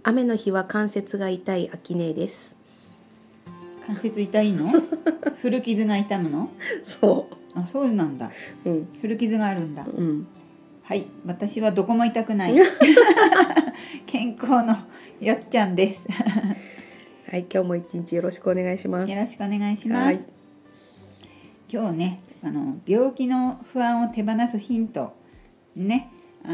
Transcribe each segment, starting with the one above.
雨の日は関節が痛い秋音です。 関節痛いの？古傷が痛むの？ そあ、そうなんだ。 う。うん。 古傷があるんだ。 うん。 はい、私はどこも痛くない。健康のよっちゃんです。 はい、今日も一日よろしくお願いします。 よろしくお願いします。 はい。 今日ね、病気の不安を手放すヒントね、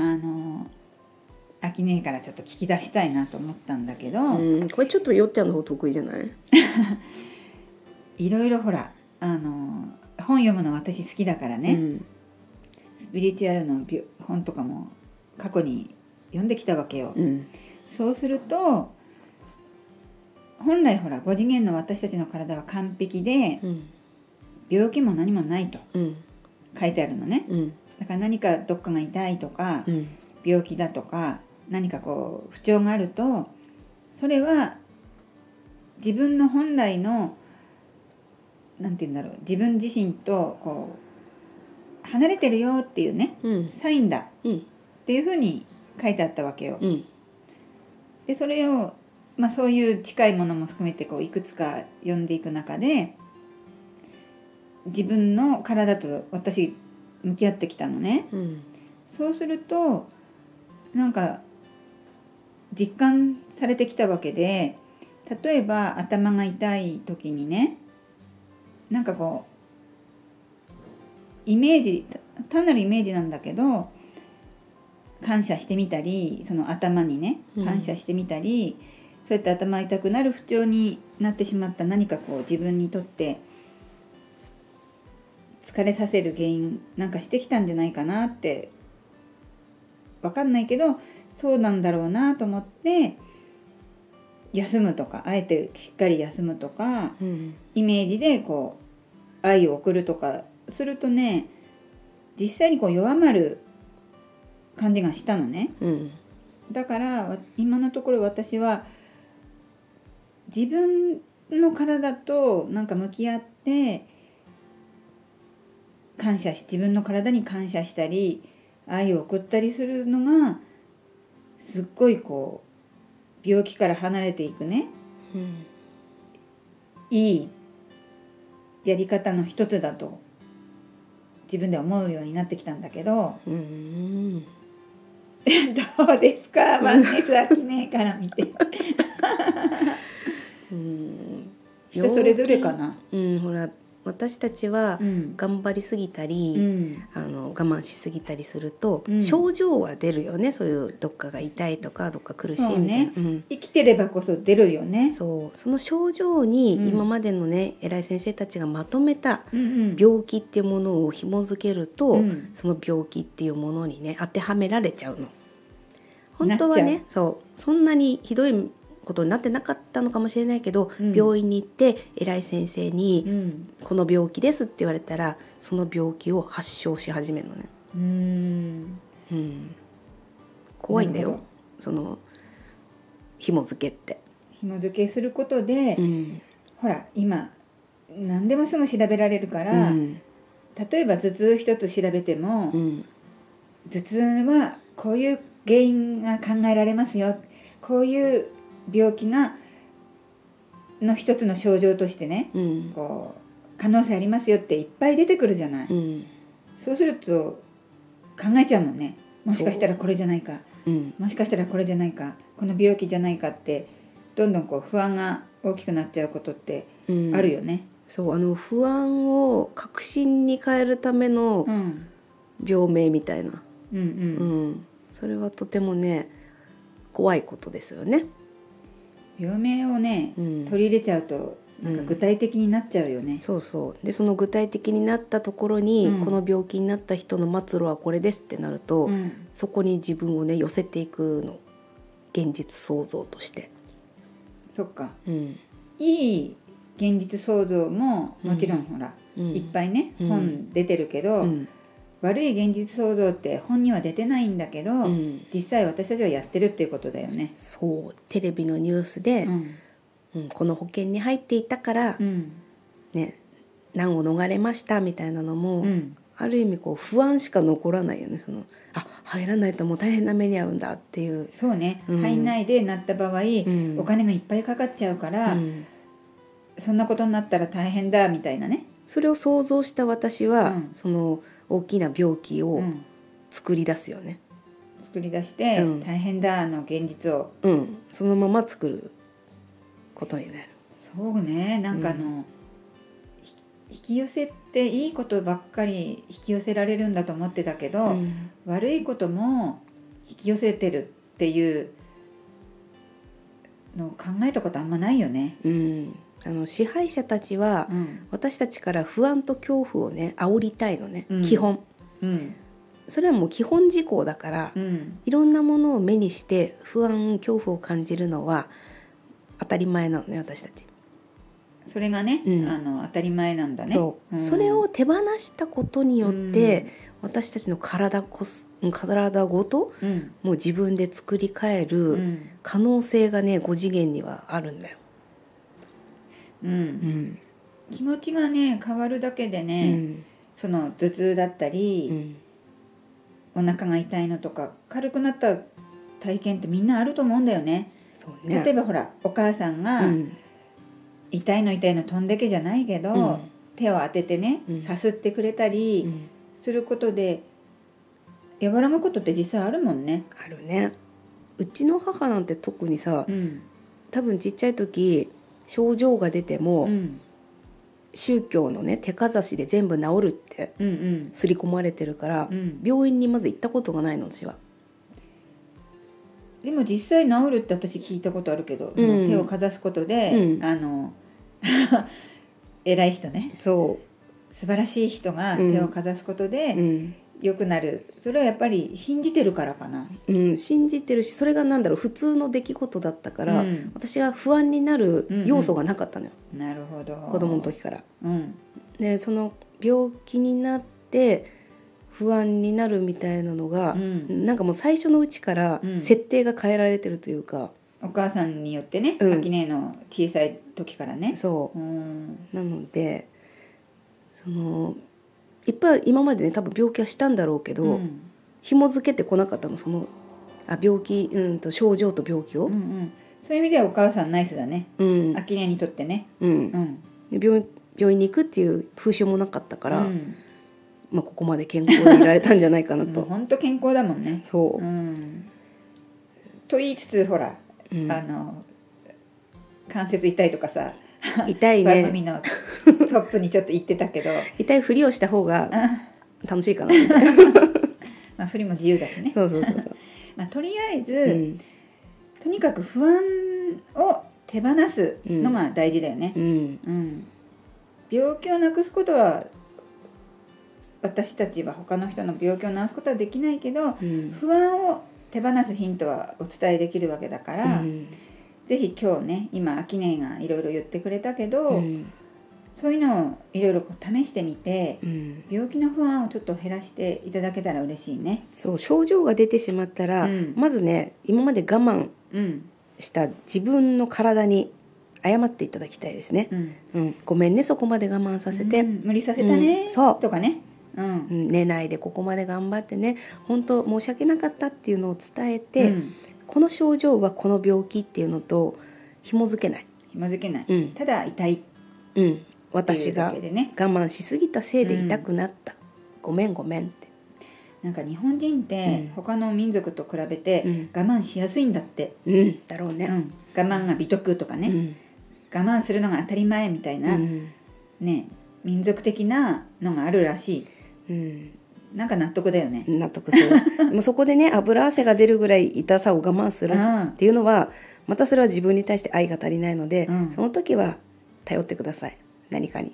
秋音からちょっと聞き出したいなと思ったんだけど、 これちょっとよっちゃんの方得意じゃない？ いろいろほら本読むの私好きだからね、スピリチュアルの本とかも過去に読んできたわけよ、そうすると本来ほら5次元の私たちの体は完璧で、病気も何もないと書いてあるのね、だから何かどっかが痛いとか、病気だとか何かこう不調があるとそれは自分の本来のなんて言うんだろう、自分自身とこう離れてるよっていうね、サインだっていうふうに書いてあったわけよ、でそれを、そういう近いものも含めてこういくつか読んでいく中で自分の体と私向き合ってきたのね、そうするとなんか実感されてきたわけで、例えば頭が痛い時にね、なんかこうイメージ、単なるイメージなんだけど感謝してみたり、その頭にね感謝してみたり、そうやって頭痛くなる不調になってしまった何かこう自分にとって疲れさせる原因なんかしてきたんじゃないかなって、わかんないけどそうなんだろうなと思って休むとか、あえてしっかり休むとか、イメージでこう愛を送るとかするとね、実際にこう弱まる感じがしたのね、だから今のところ私は自分の体となんか向き合って自分の体に感謝したり愛を送ったりするのがすっごいこう病気から離れていくね、いいやり方の一つだと自分で思うようになってきたんだけど、どうですか、ワンネスアキネから見て。人それぞれかな。 ほら私たちは頑張りすぎたり、我慢しすぎたりすると、症状は出るよね。そういうどっかが痛いとかどっか苦しいみたいな、 生きてればこそ出るよね。 その症状に今までのね、偉い先生たちがまとめた病気っていうものを紐付けると、その病気っていうものにね当てはめられちゃうの。本当はね、そんなにひどいことになってなかったのかもしれないけど、病院に行って偉い先生に、この病気ですって言われたらその病気を発症し始めるのね。怖いんだよ、その紐付けって。 紐付けすることで、ほら今何でもすぐ調べられるから、例えば頭痛一つ調べても、頭痛はこういう原因が考えられますよ、こういう病気の一つの症状としてね、こう可能性ありますよっていっぱい出てくるじゃない、そうすると考えちゃうもんね。もしかしたらこれじゃないか、もしかしたらこれじゃないか、この病気じゃないかって、どんどんこう不安が大きくなっちゃうことってあるよね、 不安を確信に変えるための病名みたいな、それはとてもね怖いことですよね。 病名をね、取り入れちゃうとなんか具体的になっちゃうよね、 でその具体的になったところに、この病気になった人の末路はこれですってなると、そこに自分をね寄せていくの、現実創造として。 そっか、いい現実創造ももちろんほら、いっぱいね、本出てるけど、悪い現実創造って本には出てないんだけど、実際私たちはやってるっていうことだよね。 テレビのニュースで、この保険に入っていたから、難を逃れましたみたいなのも、 ある意味こう不安しか残らないよね。入らないともう大変な目に遭うんだっていう。 そうね、入んないでなった場合、お金がいっぱいかかっちゃうから、そんなことになったら大変だみたいなね。 それを想像した私は、その大きな病気を作り出すよね。 作り出して、大変だの現実を、 そのまま作ることになる。 そうね、なんか引き寄せっていいことばっかり引き寄せられるんだと思ってたけど、悪いことも引き寄せてるっていうのを考えたことあんまないよね。 支配者たちは、私たちから不安と恐怖をね煽りたいのね、基本、それはもう基本事項だから、いろんなものを目にして不安恐怖を感じるのは当たり前なのね、私たち。 それがね、当たり前なんだね。 それを手放したことによって、私たちの体ごと、もう自分で作り変える可能性がね、5次元にはあるんだよ。 気持ちがね変わるだけでね、その頭痛だったり、お腹が痛いのとか軽くなった体験ってみんなあると思うんだよね。 そうね。 例えばほら、お母さんが、痛いの飛んでけじゃないけど、手を当ててね、さすってくれたりすることで和らぐことって実際あるもんね。 あるね。うちの母なんて特にさ、多分ちっちゃい時症状が出ても、宗教のね手かざしで全部治るって刷り込まれてるから、病院にまず行ったことがないの、私は。 でも実際治るって私聞いたことあるけど、手をかざすことで、偉い人ね、素晴らしい人が手をかざすことで良くなる。それはやっぱり信じてるからかな。 信じてるし、それが普通の出来事だったから、私が不安になる要素がなかったのよ。 なるほど。 子供の時から。でその病気になって不安になるみたいなのが、なんかもう最初のうちから設定が変えられてるというか、 お母さんによってね、秋音の小さい時からね。 なのでいっぱい今までね多分病気はしたんだろうけど、紐付けてこなかったの、病気、症状と病気を、 そういう意味ではお母さんナイスだね、秋音にとってね。 病院に行くっていう風習もなかったから、ここまで健康でいられたんじゃないかなと。 本当健康だもんね。と言いつつほら、関節痛いとかさ、 痛いね、 番組のトップにちょっと言ってたけど痛いふりをした方が楽しいかなみたいな。 ふりも自由だしね。とりあえず、とにかく不安を手放すのが大事だよね。病気をなくすことは、私たちは他の人の病気を治すことはできないけど、不安を手放すヒントはお伝えできるわけだから、ぜひ今日ね、今秋音がいろいろ言ってくれたけど、そういうのをいろいろ試してみて、病気の不安をちょっと減らしていただけたら嬉しいね。 症状が出てしまったら、まずね、今まで我慢した自分の体に謝っていただきたいですね。ごめんね、そこまで我慢させて、 無理させたね、とかね、 寝ないでここまで頑張ってね、本当申し訳なかったっていうのを伝えて、この症状はこの病気っていうのと紐付けない、ただ痛い、私が我慢しすぎたせいで痛くなった、ごめんって。 なんか日本人って他の民族と比べて我慢しやすいんだって。 だろうね。 我慢が美徳とかね、我慢するのが当たり前みたいな、ね、民族的なのがあるらしい。なんか納得だよね。 納得する。もうそこでね、油汗が出るぐらい痛さを我慢するっていうのは、またそれは自分に対して愛が足りないので、その時は頼ってください。何かに、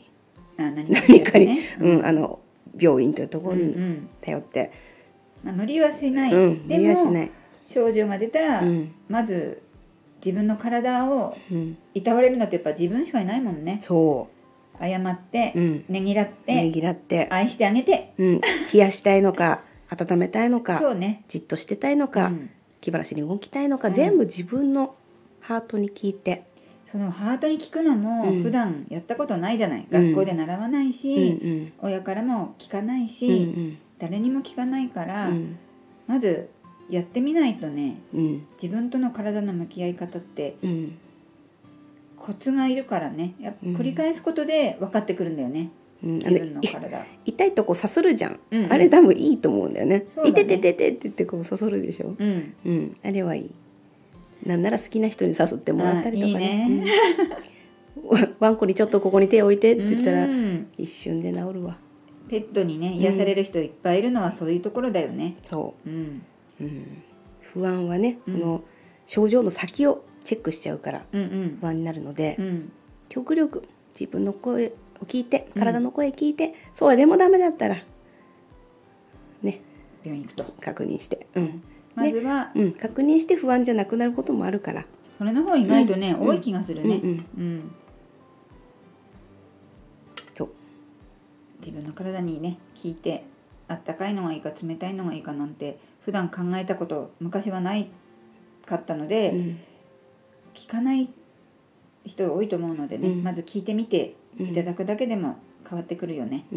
病院というところに頼って、 無理はしない。でも症状が出たら、まず自分の体をいたわれるのってやっぱ自分しかいないもんね。謝って、ねぎらって愛してあげて、 冷やしたいのか温めたいのか、じっとしてたいのか、気晴らしに動きたいのか、全部自分のハートに聞いて、 そのハートに聞くのも普段やったことないじゃない、学校で習わないし、親からも聞かないし、誰にも聞かないから、まずやってみないとね、自分との体の向き合い方って、コツがいるからね、繰り返すことで分かってくるんだよね、自分の体。 痛いとこさするじゃん、あれ多分いいと思うんだよね。いててててって言ってこうさするでしょ。あれはいい。なんなら好きな人に誘ってもらったりとかね。ワンコにちょっとここに手を置いてって言ったら、一瞬で治るわ。 ペットにね癒される人いっぱいいるのはそういうところだよね。 そう、不安はね、その症状の先をチェックしちゃうから不安になるので、極力自分の声を聞いて、体の声聞いて、そうでもダメだったらね、 病院行くと確認して、 まずは、 確認して不安じゃなくなることもあるから、 それの方意外とね、多い気がするね。 そう、 自分の体にね聞いて、あったかいのがいいか冷たいのがいいかなんて普段考えたこと昔はないかったので、聞かない人多いと思うのでね、まず聞いてみていただくだけでも変わってくるよね。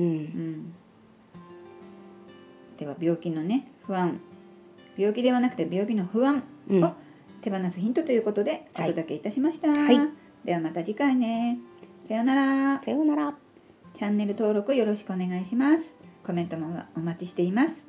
では病気のね不安、病気ではなくて病気の不安を手放すヒントということでお届けいたしました。ではまた次回ね。さようなら。 さようなら。 チャンネル登録よろしくお願いします。コメントもお待ちしています。